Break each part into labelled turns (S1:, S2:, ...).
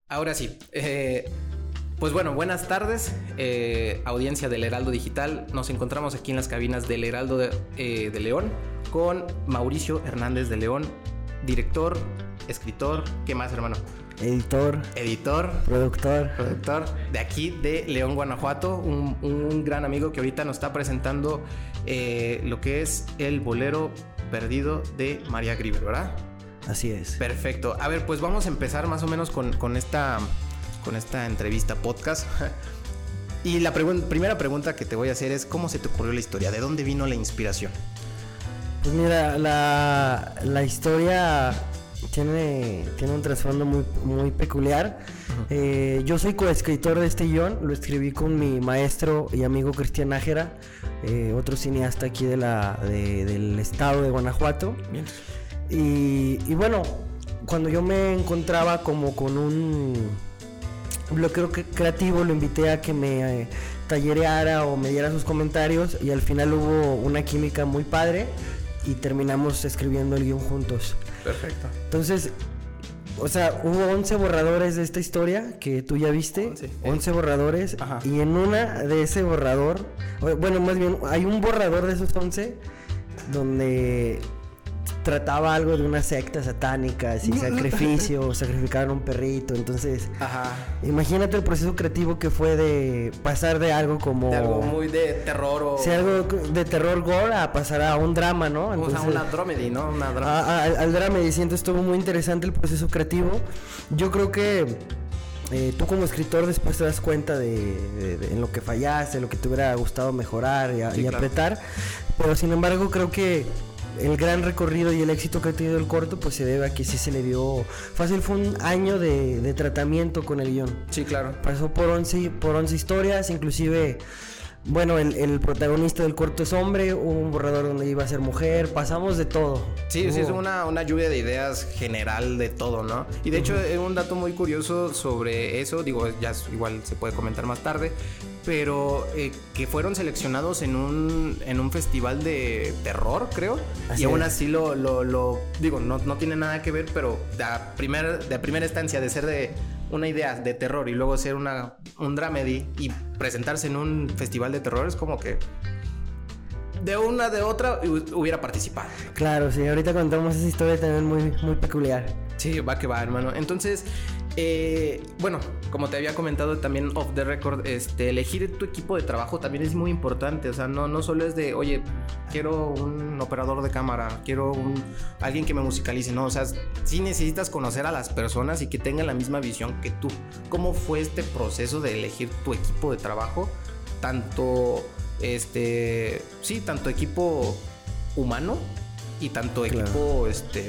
S1: Ahora sí, pues bueno, buenas tardes, audiencia del Heraldo Digital. Nos encontramos aquí en las cabinas del Heraldo de León con Mauricio Hernández de León, director, escritor, ¿qué más, hermano?
S2: Editor, productor
S1: de aquí de León, Guanajuato, un gran amigo que ahorita nos está presentando lo que es el bolero perdido de María Grieber, ¿verdad?
S2: Así es.
S1: Perfecto. A ver, pues vamos a empezar más o menos con esta entrevista podcast. Y la primera pregunta que te voy a hacer es: ¿cómo se te ocurrió la historia? ¿De dónde vino la inspiración?
S2: Pues mira, la historia tiene un trasfondo muy peculiar. Uh-huh. Yo soy coescritor de este guión. Lo escribí con mi maestro y amigo Cristian Nájera, otro cineasta aquí del estado de Guanajuato. Bien. Y bueno, cuando yo me encontraba como con un bloqueo creativo, lo invité a que me tallereara o me diera sus comentarios, y al final hubo una química muy padre y terminamos escribiendo el guión juntos.
S1: Perfecto.
S2: Entonces, o sea, hubo 11 borradores de esta historia que tú ya viste, 11 borradores. Ajá. Y en una de ese borrador, bueno, más bien hay un borrador de esos 11 donde trataba algo de una secta satánica, así, sacrificio, sacrificaron un perrito. Entonces, ajá, imagínate el proceso creativo que fue de pasar de algo como...
S1: de algo muy de terror o...
S2: sí, algo de terror gore a pasar a un drama, ¿no?
S1: Entonces, una dramedy, ¿no? Una drama.
S2: Al dramedy, entonces estuvo muy interesante el proceso creativo. Yo creo que tú como escritor después te das cuenta de en lo que fallaste, lo que te hubiera gustado mejorar y apretar. Claro. Pero sin embargo creo que el gran recorrido y el éxito que ha tenido el corto pues se debe a que sí se le dio fácil. Fue un año de tratamiento con el guión.
S1: Sí, claro.
S2: Pasó por 11 historias, inclusive, bueno, el protagonista del corto es hombre, hubo un borrador donde iba a ser mujer, pasamos de todo.
S1: Sí, sí, es una lluvia de ideas general de todo, ¿no? Y de hecho, un dato muy curioso sobre eso, digo, ya igual se puede comentar más tarde, pero que fueron seleccionados en un festival de terror, creo. Así y aún así lo digo, no tiene nada que ver, pero de primera instancia de ser de una idea de terror y luego ser un dramedy y presentarse en un festival de terror, es como que de una de otra hubiera participado.
S2: Claro, sí, ahorita contamos esa historia también muy peculiar.
S1: Sí, va que va, hermano. Entonces, bueno, como te había comentado también off the record, elegir tu equipo de trabajo también es muy importante. O sea, no solo es de, oye, quiero un operador de cámara, quiero alguien que me musicalice, no, o sea, sí necesitas conocer a las personas y que tengan la misma visión que tú. ¿Cómo fue este proceso de elegir tu equipo de trabajo? Tanto tanto equipo humano y tanto equipo,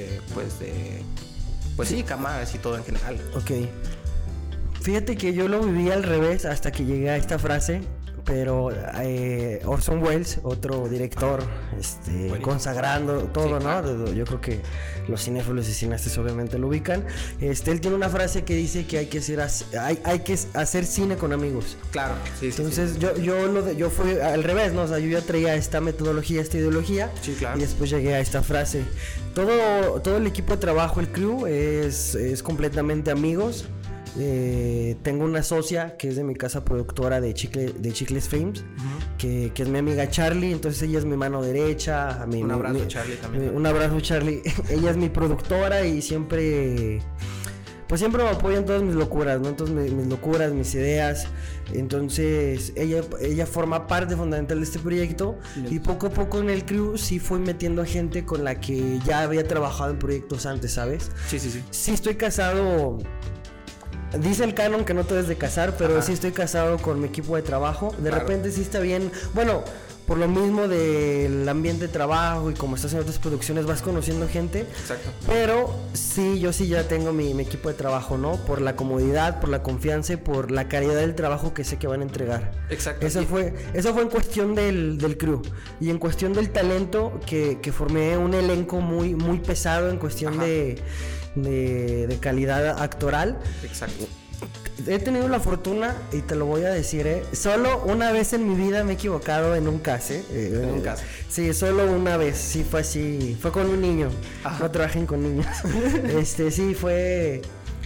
S1: pues sí, cámaras y todo en general.
S2: Ok. Fíjate que yo lo viví al revés hasta que llegué a esta frase, pero Orson Welles, otro director, consagrando todo, sí, ¿no? Claro. Yo creo que los cinéfilos y cineastas obviamente lo ubican. Él tiene una frase que dice que hay que hacer cine con amigos.
S1: Claro, sí.
S2: Entonces sí. Yo fui al revés, ¿no? O sea, yo ya traía esta metodología, esta ideología.
S1: Sí, claro.
S2: Y después llegué a esta frase. Todo el equipo de trabajo, el crew, es completamente amigos. Tengo una socia que es de mi casa productora de Chicles Films, uh-huh, que es mi amiga Charlie. Entonces ella es mi mano derecha.
S1: Un abrazo, Charlie, también.
S2: Un abrazo, Charlie. Ella es mi productora y siempre me apoya en todas mis locuras, ¿no? Entonces mis locuras, mis ideas. Entonces ella forma parte fundamental de este proyecto. Bien. Y poco a poco en el crew sí fui metiendo gente con la que ya había trabajado en proyectos antes, ¿sabes?
S1: Sí.
S2: Sí, estoy casado. Dice el canon que no te debes de casar, pero ajá, sí estoy casado con mi equipo de trabajo. De repente sí está bien. Bueno, por lo mismo del ambiente de trabajo y como estás en otras producciones vas conociendo gente. Exacto. Pero sí, yo sí ya tengo mi equipo de trabajo, ¿no? Por la comodidad, por la confianza y por la calidad del trabajo que sé que van a entregar.
S1: Exacto.
S2: Eso fue en cuestión del crew. Y en cuestión del talento, que formé un elenco muy pesado en cuestión de calidad actoral.
S1: Exacto.
S2: He tenido la fortuna, y te lo voy a decir, solo una vez en mi vida me he equivocado en un cast,
S1: en un cast.
S2: Sí, solo una vez, sí fue así, fue con un niño. Ajá. No trabajen con niños. Sí, fue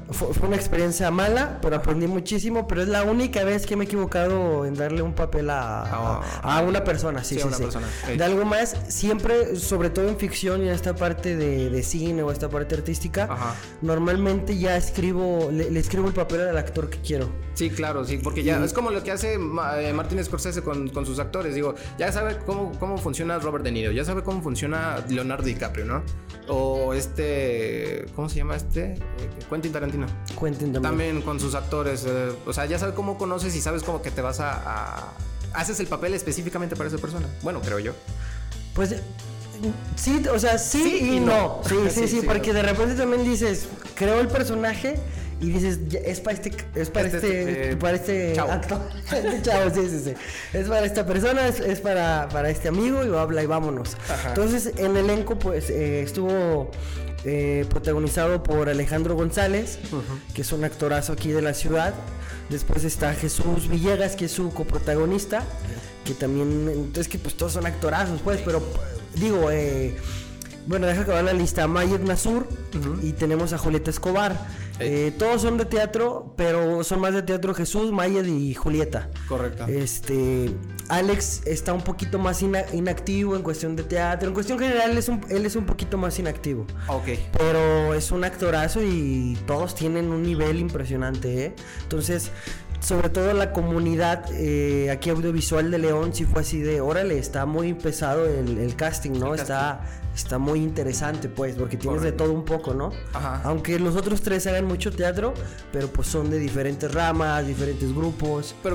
S2: Fue una experiencia mala, pero aprendí muchísimo, pero es la única vez que me he equivocado en darle un papel a una persona, sí.
S1: Persona. Okay.
S2: De algo más, siempre, sobre todo en ficción y en esta parte de cine o esta parte artística, normalmente ya le escribo el papel al actor que quiero.
S1: Sí, claro, sí, porque ya es como lo que hace Martin Scorsese con sus actores, digo, ya sabe cómo funciona Robert De Niro, ya sabe cómo funciona Leonardo DiCaprio, ¿no? O ¿cómo se llama Quentin Tarantino. También con sus actores, o sea, ya sabe cómo conoces y sabes como que te vas haces el papel específicamente para esa persona. Bueno, creo yo.
S2: Pues sí, o sea, sí y no. Sí, porque de repente también dices, creo el personaje y dices, es para este
S1: chavo.
S2: actor. Chavo, sí. Es para esta persona, es para este amigo y habla y vámonos. Ajá. Entonces, en el elenco, pues, estuvo protagonizado por Alejandro González, que es un actorazo aquí de la ciudad. Después está Jesús Villegas, que es su coprotagonista, que también, es que pues todos son actorazos, pues, pero digo, bueno, deja acabar la lista. Mayed Nasur y tenemos a Julieta Escobar. Todos son de teatro, pero son más de teatro Jesús, Mayed y Julieta.
S1: Correcto.
S2: Alex está un poquito más inactivo en cuestión de teatro. En cuestión general, él es un poquito más inactivo.
S1: Ok.
S2: Pero es un actorazo y todos tienen un nivel impresionante, ¿eh? Entonces, sobre todo la comunidad aquí audiovisual de León sí fue así de, órale, está muy pesado el casting, ¿no? Está muy interesante, pues, porque tienes de todo un poco, ¿no? Ajá. Aunque los otros tres hagan mucho teatro, pero pues son de diferentes ramas, diferentes grupos.
S1: Pero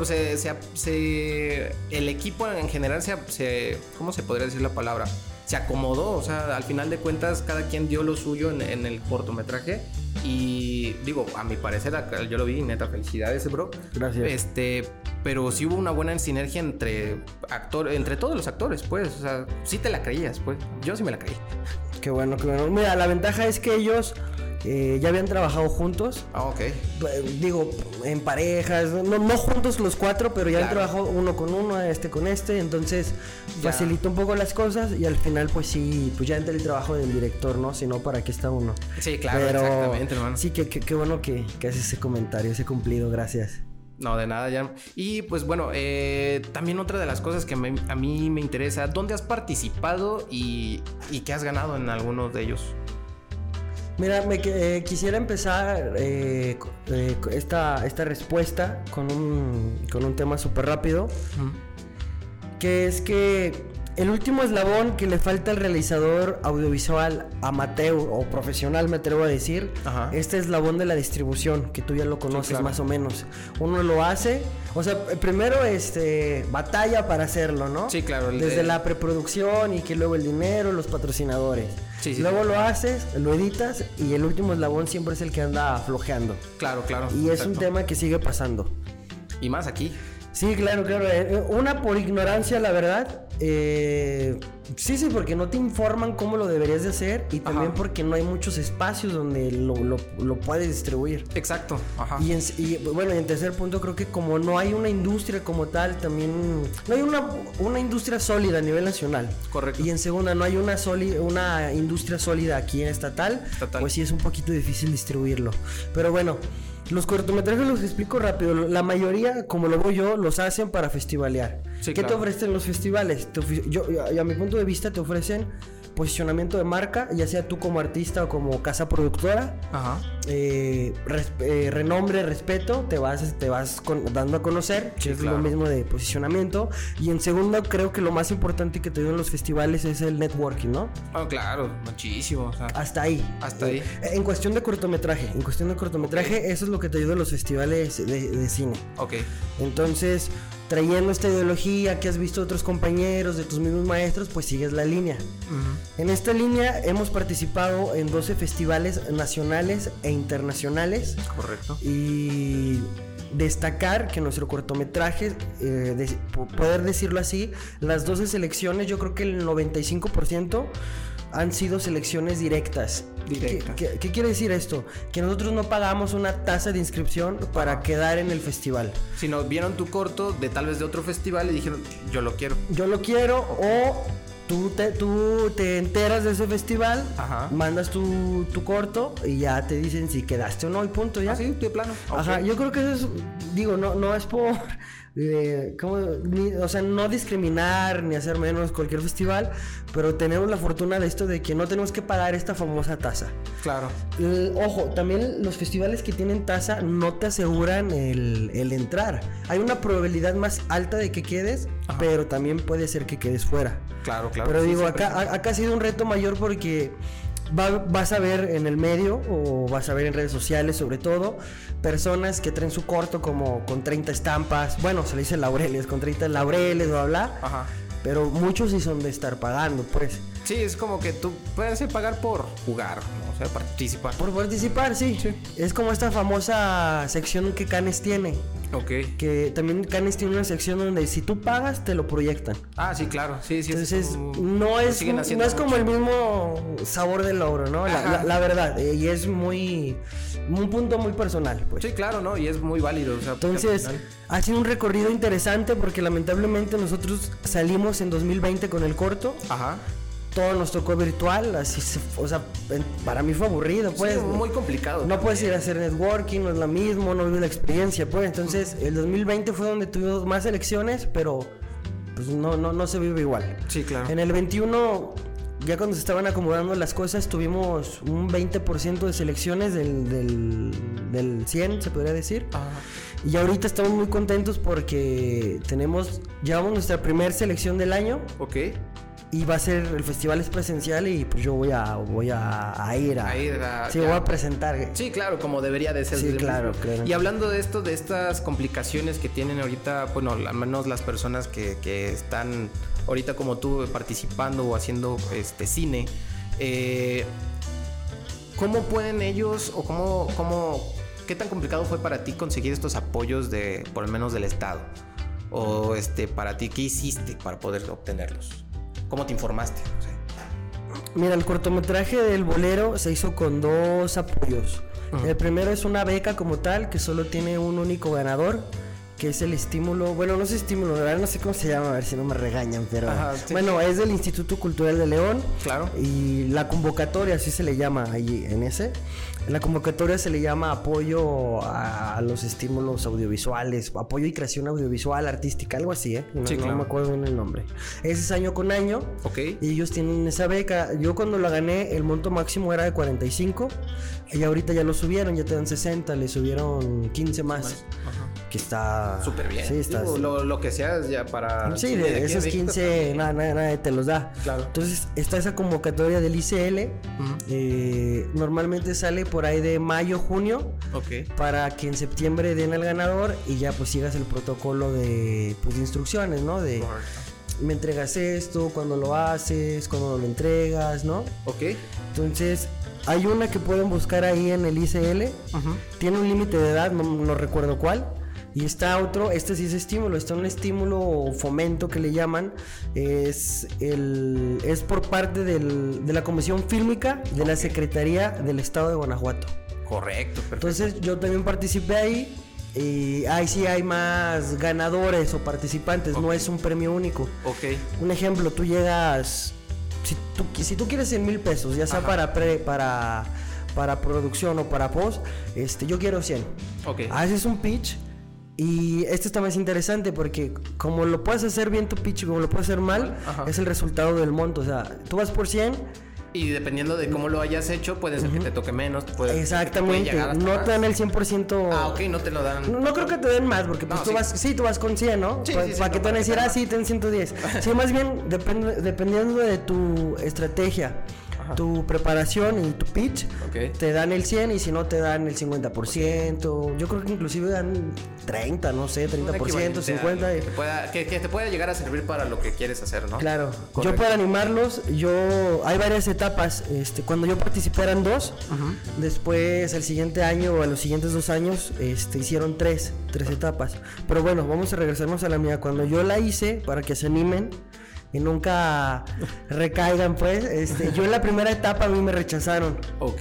S1: el equipo en general ¿cómo se podría decir la palabra? Se acomodó, o sea, al final de cuentas cada quien dio lo suyo en el cortometraje y digo, a mi parecer, yo lo vi, neta, felicidades, bro.
S2: Gracias.
S1: Pero sí hubo una buena sinergia entre todos los actores, pues, o sea, sí te la creías, pues, yo sí me la creí.
S2: Qué bueno. Mira, la ventaja es que ellos ya habían trabajado juntos.
S1: Ah, ok.
S2: Digo, en parejas, no juntos los cuatro, pero ya han trabajado uno con uno, con este, entonces facilita un poco las cosas y al final pues sí, pues ya entra el trabajo del director, ¿no? Si no, ¿para qué está uno?
S1: Sí, claro, pero, exactamente, hermano.
S2: Sí, qué bueno que haces ese comentario, ese cumplido, gracias.
S1: No, de nada, ya. Y pues bueno, también otra de las cosas que a mí me interesa, ¿dónde has participado y qué has ganado en algunos de ellos?
S2: Mira, quisiera empezar esta respuesta con un tema súper rápido, que es que el último eslabón que le falta al realizador audiovisual amateur o profesional, me atrevo a decir, este eslabón de la distribución, que tú ya lo conoces, sí, claro, más o menos. Uno lo hace, o sea, primero batalla para hacerlo, ¿no?
S1: Sí, claro.
S2: Desde la preproducción y que luego el dinero, los patrocinadores. Sí, luego lo haces, lo editas y el último eslabón siempre es el que anda flojeando.
S1: Claro.
S2: Y es un tema que sigue pasando.
S1: Y más aquí.
S2: Sí, claro. Una por ignorancia, la verdad. Sí, porque no te informan cómo lo deberías de hacer y también porque no hay muchos espacios donde lo puedes distribuir.
S1: Exacto. Ajá.
S2: Y bueno, y en tercer punto creo que como no hay una industria como tal, también no hay una industria sólida a nivel nacional.
S1: Correcto.
S2: Y en segunda, no hay una industria sólida aquí en estatal, pues sí es un poquito difícil distribuirlo. Pero bueno, los cortometrajes los explico rápido. La mayoría, como lo veo yo, los hacen para festivalear. Sí, ¿qué te ofrecen los festivales? A mi punto de vista, te ofrecen posicionamiento de marca, ya sea tú como artista o como casa productora. Renombre, respeto, te vas dando a conocer, que es lo mismo de posicionamiento. Y en segundo, creo que lo más importante que te dan los festivales es el networking, ¿no?
S1: Oh, claro, muchísimo. O sea,
S2: hasta ahí. En cuestión de cortometraje, eso es lo que te ayuda los festivales de cine.
S1: Ok.
S2: Entonces, trayendo esta ideología que has visto de otros compañeros, de tus mismos maestros, pues sigues la línea. En esta línea hemos participado en 12 festivales nacionales e internacionales.
S1: Correcto.
S2: Y destacar que nuestro cortometraje, poder decirlo así, las 12 selecciones, yo creo que el 95% han sido selecciones directas. ¿Qué quiere decir esto? Que nosotros no pagamos una tasa de inscripción para quedar en el festival.
S1: Sino vieron tu corto de tal vez de otro festival y dijeron, yo lo quiero.
S2: O Tú te enteras de ese festival,
S1: Ajá.
S2: mandas tu corto y ya te dicen si quedaste o no y punto, ya.
S1: Sí, de plano.
S2: Ajá,
S1: Ok.
S2: yo creo que eso es, digo, no es por, o sea, no discriminar ni hacer menos cualquier festival, pero tenemos la fortuna de esto de que no tenemos que pagar esta famosa tasa.
S1: Claro.
S2: Ojo, también los festivales que tienen tasa no te aseguran el entrar. Hay una probabilidad más alta de que quedes,
S1: Ajá.
S2: pero también puede ser que quedes fuera.
S1: Claro, claro.
S2: Pero
S1: Sí,
S2: digo,
S1: siempre.
S2: acá ha sido un reto mayor porque vas a ver en el medio o vas a ver en redes sociales sobre todo personas que traen su corto como con 30 estampas, bueno, se le dice laureles, con 30 laureles, bla, bla,
S1: Ajá.
S2: pero muchos sí son de estar pagando, pues.
S1: Sí, es como que tú puedes pagar por jugar, ¿no? O sea, participar.
S2: Por participar, sí.
S1: Sí.
S2: Es como esta famosa sección que Cannes tiene.
S1: Ok.
S2: Que también Cannes tiene una sección donde si tú pagas, te lo proyectan.
S1: Ah, sí, claro. Sí, sí.
S2: Entonces,
S1: lo
S2: no
S1: siguen
S2: es
S1: haciendo
S2: como
S1: mucho.
S2: el mismo sabor del logro, ¿no?
S1: Ajá.
S2: La verdad. Y es un punto muy personal, pues.
S1: Sí, claro, ¿no? Y es muy válido. O sea, porque
S2: Entonces,
S1: al final-
S2: ha sido un recorrido interesante porque lamentablemente nosotros salimos en 2020 con el corto.
S1: Ajá.
S2: Todo nos tocó virtual, o sea, para mí fue aburrido, pues.
S1: Sí, muy complicado.
S2: No puedes ir
S1: también.
S2: a hacer networking, no es lo mismo, no vives la experiencia, pues. Entonces, el 2020 fue donde tuvimos más elecciones, pero pues no se vive igual.
S1: Sí, claro.
S2: En el 21, ya cuando se estaban acomodando las cosas, tuvimos un 20% de selecciones del 100, se podría decir.
S1: Ajá.
S2: Y ahorita estamos muy contentos porque llevamos nuestra primera selección del año.
S1: Ok.
S2: Y va a ser, el festival es presencial y pues yo voy a ir a... Sí,
S1: ya.
S2: voy a presentar.
S1: Sí, claro, como debería de ser.
S2: Sí,
S1: desde el
S2: claro,
S1: principio.
S2: claro.
S1: Y hablando de esto, de estas complicaciones que tienen ahorita, bueno, al menos las personas que están ahorita como tú participando o haciendo cine, ¿cómo pueden ellos o qué tan complicado fue para ti conseguir estos apoyos por lo menos del Estado? O para ti, ¿qué hiciste para poder obtenerlos? ¿Cómo te informaste? No sé.
S2: Mira, el cortometraje del Bolero se hizo con 2 apoyos.
S1: Ujú.
S2: El primero es una beca como tal, que solo tiene un único ganador, que es el estímulo, bueno, no es estímulo, la verdad no sé cómo se llama, a ver si no me regañan, pero
S1: Ajá, sí.
S2: bueno, es del Instituto Cultural de León.
S1: Claro.
S2: Y la convocatoria, así se le llama ahí en ese. La convocatoria se le llama apoyo a los estímulos audiovisuales, apoyo y creación audiovisual, artística, algo así, ¿eh?
S1: Sí, claro.
S2: No me acuerdo bien el nombre. Ese es año con año.
S1: Ok.
S2: Y ellos tienen esa beca. Yo cuando la gané, el monto máximo era de 45. Y ahorita ya lo subieron, ya te dan 60, le subieron 15 más.
S1: Ajá.
S2: Que está...
S1: Súper bien.
S2: Sí, está...
S1: Digo, lo que sea ya para...
S2: Sí,
S1: cine
S2: de
S1: aquí
S2: esos
S1: en México
S2: 15
S1: también.
S2: nadie te los da.
S1: Claro.
S2: Entonces está esa convocatoria del ICL.
S1: Ujú.
S2: Normalmente sale por ahí de mayo, junio,
S1: Ok.
S2: para que en septiembre den al ganador y ya pues sigas el protocolo de instrucciones, ¿no? De me entregas esto, cuando lo haces, cuando lo entregas, ¿no?
S1: Ok.
S2: Entonces hay una que pueden buscar ahí en el ICL.
S1: Ujú.
S2: Tiene un límite de edad, no recuerdo cuál. Y está otro, este sí es estímulo, está un estímulo o fomento que le llaman, es por parte de la Comisión Fílmica de la Secretaría del Estado de Guanajuato.
S1: Correcto, perfecto.
S2: Entonces yo también participé ahí y ahí sí hay más ganadores o participantes, no es un premio único.
S1: Ok.
S2: Un ejemplo, tú llegas, si tú quieres 100,000 pesos, ya sea
S1: Ajá.
S2: para producción o para post, yo quiero 100.
S1: Ok.
S2: Haces un pitch y este está más interesante porque como lo puedes hacer bien tu pitch y como lo puedes hacer mal,
S1: Ajá.
S2: es el resultado del monto. O sea, tú vas por 100.
S1: Y dependiendo de cómo lo hayas hecho, puede ser que te toque menos. Puede
S2: Exactamente,
S1: llegar hasta
S2: no
S1: más.
S2: te dan el 100%.
S1: Ah, ok, no te lo dan.
S2: No creo que te den más, porque pues
S1: No,
S2: tú
S1: sí.
S2: tú vas con 100, ¿no?
S1: Sí,
S2: Para
S1: sí,
S2: que
S1: no,
S2: te van a
S1: para
S2: decir,
S1: que te
S2: sí, ten 110. Sí, más bien, dependiendo de tu estrategia,
S1: Ajá.
S2: tu preparación y tu pitch,
S1: Ok.
S2: te dan el 100 y si no te dan el 50%. Yo creo que inclusive dan 30, no sé, 30%, 50%.
S1: Que te pueda llegar a servir para lo que quieres hacer, ¿no?
S2: Claro,
S1: Correcto.
S2: yo para animarlos, hay varias etapas. Cuando yo participé eran 2,
S1: Ujú.
S2: después el siguiente año o a los siguientes 2 años hicieron 3 etapas. Pero bueno, vamos a regresarnos a la mía. Cuando yo la hice, para que se animen y nunca recaigan, pues, yo en la primera etapa a mí me rechazaron.
S1: Ok.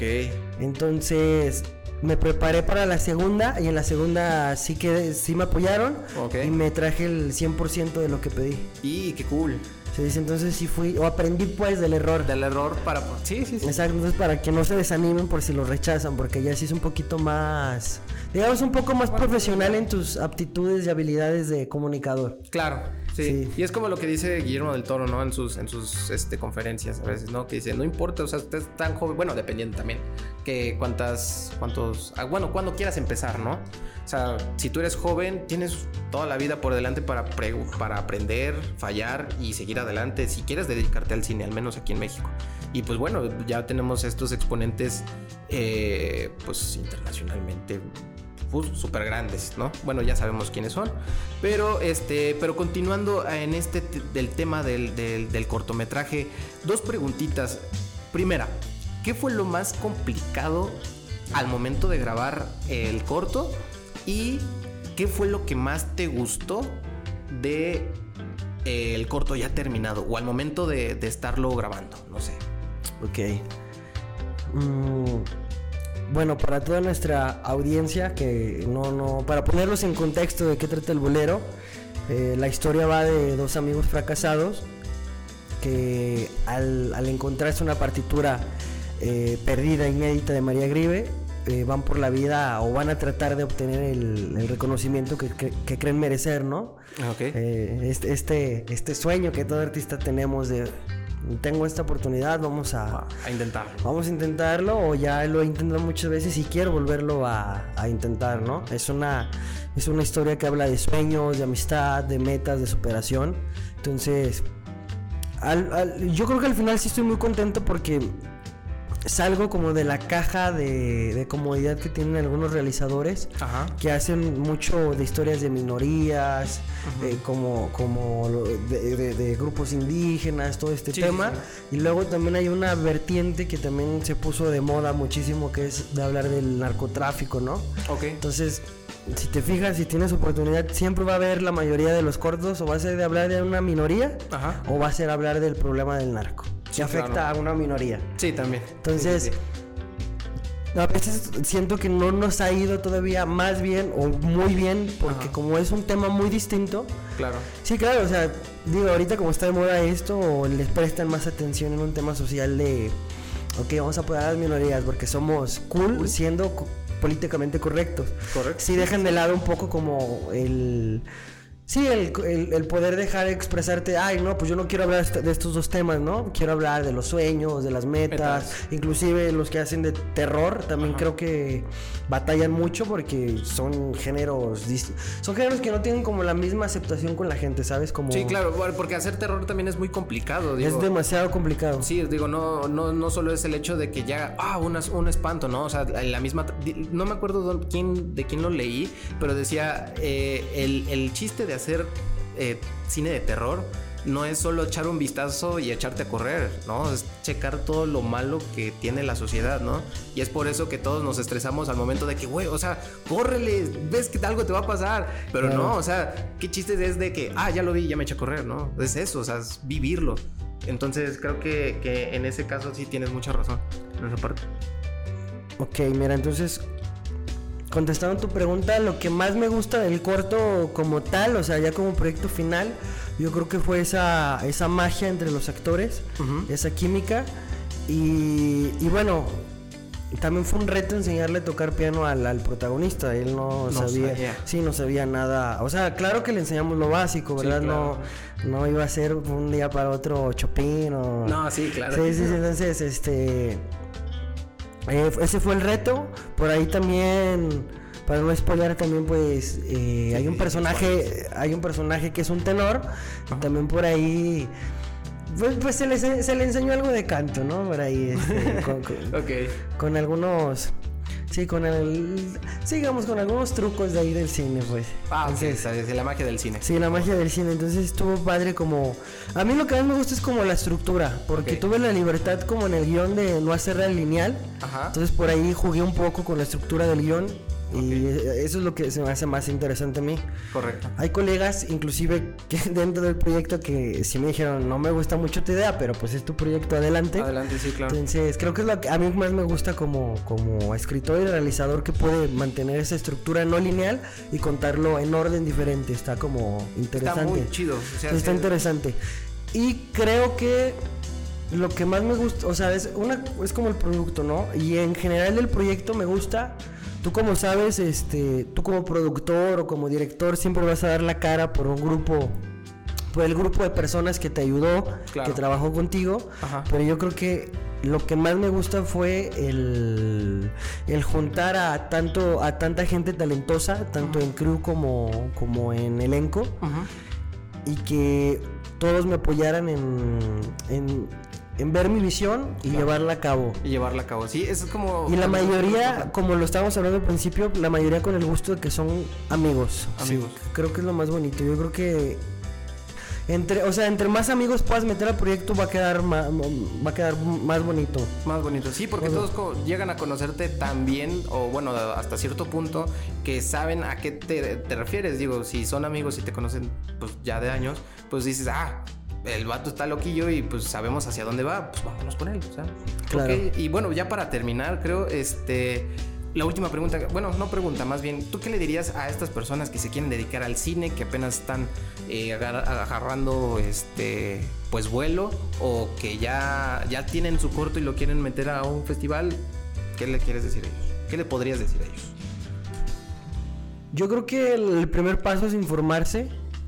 S2: Entonces me preparé para la segunda y en la segunda sí me apoyaron
S1: Ok.
S2: y me traje el 100% de lo que pedí.
S1: Y qué cool.
S2: Se dice, entonces sí fui, o aprendí pues del error.
S1: Del error para... Sí.
S2: Exacto, entonces para que no se desanimen por si lo rechazan, porque ya sí es un poquito más, digamos, un poco más profesional en tus aptitudes y habilidades de comunicador.
S1: Claro, sí. Y es como lo que dice Guillermo del Toro, ¿no? En sus conferencias a veces, ¿no? Que dice, no importa, o sea, usted es tan joven, bueno, dependiendo también, que cuando quieras empezar, ¿no? O sea, si tú eres joven, tienes toda la vida por delante para aprender, fallar y seguir adelante si quieres dedicarte al cine, al menos aquí en México. Y pues bueno, ya tenemos estos exponentes pues internacionalmente súper grandes, ¿no? Bueno, ya sabemos quiénes son. Pero continuando en del tema del cortometraje, 2 preguntitas. Primera, ¿qué fue lo más complicado al momento de grabar el corto? ¿Y qué fue lo que más te gustó de el corto ya terminado o al momento de estarlo grabando? No sé.
S2: Ok. Bueno, para toda nuestra audiencia, que para ponerlos en contexto de qué trata el bolero, la historia va de 2 amigos fracasados que al encontrarse una partitura perdida, inédita de María Grive, van por la vida o van a tratar de obtener el reconocimiento que creen merecer, ¿no?
S1: Okay.
S2: Este sueño que todo artista tenemos de... Tengo esta oportunidad, vamos a
S1: intentarlo.
S2: Vamos a intentarlo, o ya lo he intentado muchas veces y quiero volverlo a intentar, ¿no? Es una historia que habla de sueños, de amistad, de metas, de superación. Entonces, yo creo que al final sí estoy muy contento porque salgo como de la caja de comodidad que tienen algunos realizadores. Ajá. Que hacen mucho de historias de minorías, como de grupos indígenas, todo este tema. Sí. Y luego también hay una vertiente que también se puso de moda muchísimo, que es de hablar del narcotráfico, ¿no? Okay. Entonces, si te fijas, si tienes oportunidad, siempre va a haber la mayoría de los cortos, o va a ser de hablar de una minoría, ajá, o va a ser hablar del problema del narco, que afecta a una minoría.
S1: Sí, también.
S2: Entonces, a veces siento que no nos ha ido todavía más bien o muy bien, porque como es un tema muy distinto. Claro. Sí, claro, o sea, digo, ahorita como está de moda esto, o les prestan más atención en un tema social de, ok, vamos a apoyar a las minorías porque somos cool siendo políticamente correctos. Correcto. Sí, dejan de lado un poco como el poder dejar expresarte, ay, no, pues yo no quiero hablar de estos 2 temas, ¿no? Quiero hablar de los sueños, de las metas, inclusive los que hacen de terror, también creo que batallan mucho porque son géneros que no tienen como la misma aceptación con la gente, ¿sabes? Como...
S1: Sí, claro, porque hacer terror también es muy complicado, digo.
S2: Es demasiado complicado.
S1: Sí, digo, no solo es el hecho de que ya, un espanto, ¿no? O sea, la misma, no me acuerdo de quién lo leí, pero decía, el chiste de hacer cine de terror no es solo echar un vistazo y echarte a correr, ¿no? Es checar todo lo malo que tiene la sociedad, ¿no? Y es por eso que todos nos estresamos al momento de que, güey, o sea, córrele, ves que algo te va a pasar, pero claro. No, o sea, qué chiste es de que, ya lo vi, ya me eché a correr, ¿no? Es eso, o sea, es vivirlo. Entonces creo que en ese caso sí tienes mucha razón en esa parte.
S2: Ok, mira, entonces, contestando tu pregunta, lo que más me gusta del corto como tal, o sea, ya como proyecto final, yo creo que fue esa magia entre los actores, esa química, y bueno, también fue un reto enseñarle a tocar piano al protagonista. Él no sabía nada, o sea, claro que le enseñamos lo básico, ¿verdad? Sí, claro. No iba a ser un día para otro Chopin o...
S1: No, sí, claro.
S2: Sí, entonces, ese fue el reto. Por ahí también, para no spoiler, también pues hay un personaje que es un tenor. También por ahí pues se le enseñó algo de canto, ¿no? Por ahí con algunos, digamos, con algunos trucos de ahí del cine, pues.
S1: Entonces, de la magia del cine.
S2: Sí, la magia del cine. Entonces estuvo padre. Como a mí lo que más me gusta es como la estructura, porque tuve la libertad como en el guión de no hacerla lineal. Entonces por ahí jugué un poco con la estructura del guión. Y eso es lo que se me hace más interesante a mí.
S1: Correcto.
S2: Hay colegas, inclusive, que dentro del proyecto que sí me dijeron, no me gusta mucho tu idea, pero pues es tu proyecto, adelante.
S1: Adelante, sí, claro.
S2: Entonces, creo que es lo que a mí más me gusta como escritor y realizador, que puede mantener esa estructura no lineal y contarlo en orden diferente. Está como interesante.
S1: Está muy chido.
S2: Está interesante. Y creo que lo que más me gusta, o sea, es como el producto, ¿no? Y en general el proyecto me gusta. Tú como sabes, tú como productor o como director siempre vas a dar la cara por un grupo, por el grupo de personas que te ayudó, claro, que trabajó contigo. Ajá. Pero yo creo que lo que más me gusta fue el juntar a tanta gente talentosa, tanto en crew como en elenco, y que todos me apoyaran en ver mi visión y llevarla a cabo.
S1: Sí, eso es como...
S2: Y la mayoría, como lo estábamos hablando al principio, la mayoría con el gusto de que son amigos. Sí, creo que es lo más bonito. Yo creo que entre más amigos puedas meter al proyecto va a quedar más bonito.
S1: Más bonito, sí, porque todos llegan a conocerte tan bien, o bueno, hasta cierto punto, que saben a qué te refieres. Digo, si son amigos y te conocen pues ya de años, pues dices, el vato está loquillo y pues sabemos hacia dónde va, pues vámonos con él, o sea.
S2: Claro.
S1: Okay. Y bueno, ya para terminar, creo, la última pregunta, bueno, no pregunta, más bien, ¿tú qué le dirías a estas personas que se quieren dedicar al cine, que apenas están agarrando pues vuelo, o que ya tienen su corto y lo quieren meter a un festival? ¿Qué le quieres decir a ellos? ¿Qué le podrías decir a ellos?
S2: Yo creo que el primer paso es informarse.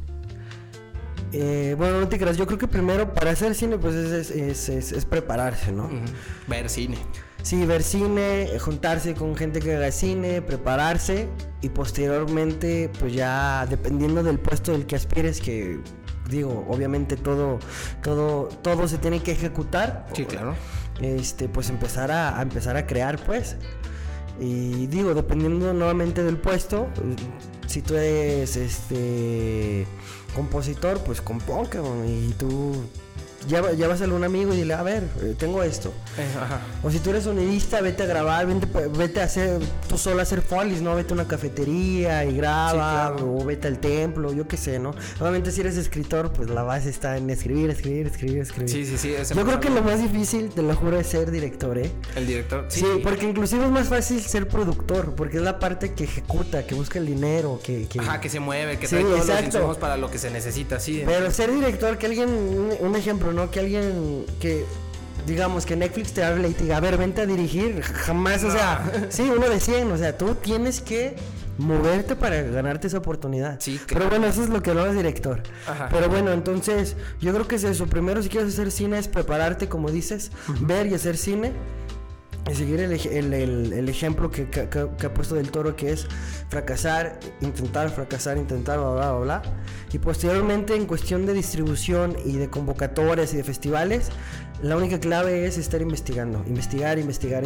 S2: Bueno, no te creas, yo creo que primero para hacer cine pues es prepararse, ¿no?
S1: Ver cine.
S2: Sí, ver cine, juntarse con gente que haga cine, prepararse, y posteriormente pues ya dependiendo del puesto del que aspires, que digo, obviamente todo se tiene que ejecutar.
S1: Sí, claro.
S2: Pues empezar a crear, pues. Y digo, dependiendo nuevamente del puesto, si tú eres compositor, pues compón, y tú llévaselo a un amigo y dile, a ver, tengo esto.
S1: Ajá.
S2: O si tú eres sonidista, vete a grabar, vete a hacer, tú solo a hacer folies, ¿no? Vete a una cafetería y graba, sí, claro. O vete al templo, yo qué sé, ¿no? Obviamente si eres escritor, pues la base está en escribir.
S1: Sí.
S2: Yo creo que lo más difícil, te lo juro, es ser director, ¿eh?
S1: El director, sí.
S2: Sí, porque inclusive es más fácil ser productor, porque es la parte que ejecuta, que busca el dinero, que...
S1: Ajá, que se mueve, que trae todos los insumos para lo que se necesita, sí.
S2: Pero ser director, que alguien, un ejemplo, ¿no? Que alguien que, digamos, que Netflix te hable y te diga, a ver, vente a dirigir, jamás, no. O sea, sí, uno de 100, o sea, tú tienes que moverte para ganarte esa oportunidad.
S1: Sí, claro.
S2: Pero bueno, eso es lo que hablaba director.
S1: Ajá.
S2: Pero bueno, entonces, yo creo que es eso. Primero, si quieres hacer cine, es prepararte, como dices, ver y hacer cine. Y seguir el ejemplo que ha puesto Del Toro, que es fracasar, intentar, bla. Y posteriormente, en cuestión de distribución y de convocatorias y de festivales, la única clave es estar investigando. Investigar.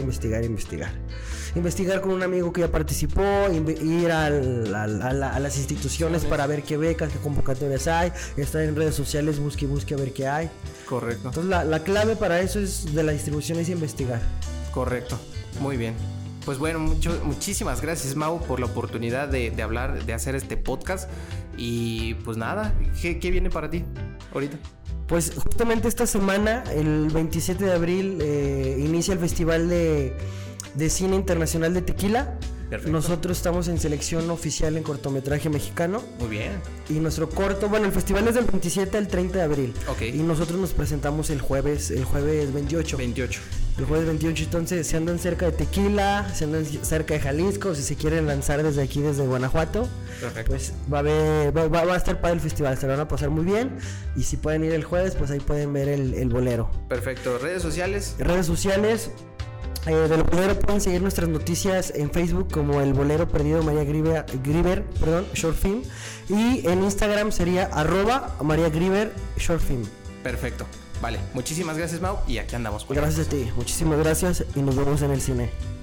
S2: Investigar con un amigo que ya participó, ir a las instituciones para ver qué becas, qué convocatorias hay, estar en redes sociales, busque a ver qué hay.
S1: Correcto.
S2: Entonces la clave para eso es de la distribución, es investigar.
S1: Correcto, muy bien. Pues bueno, muchísimas gracias, Mau, por la oportunidad de hablar, de hacer este podcast. Y pues nada, ¿qué viene para ti ahorita?
S2: Pues justamente esta semana, el 27 de abril, inicia el Festival de Cine Internacional de Tequila.
S1: Perfecto.
S2: Nosotros estamos en selección oficial en cortometraje mexicano.
S1: Muy bien.
S2: Y nuestro corto, bueno, el festival es del 27 al 30 de abril.
S1: Ok.
S2: Y nosotros nos presentamos el jueves 28. El jueves 28, entonces si andan cerca de Tequila, si andan cerca de Jalisco, si se quieren lanzar desde aquí, desde Guanajuato,
S1: perfecto,
S2: pues va a estar para el festival, se lo van a pasar muy bien. Y si pueden ir el jueves, pues ahí pueden ver el bolero.
S1: Perfecto. ¿Redes sociales?
S2: Del bolero pueden seguir nuestras noticias en Facebook como El Bolero Perdido María Griver, short film. Y en Instagram sería @María Griver short film.
S1: Perfecto. Vale, muchísimas gracias, Mau, y aquí andamos.
S2: Gracias a ti, muchísimas gracias y nos vemos en el cine.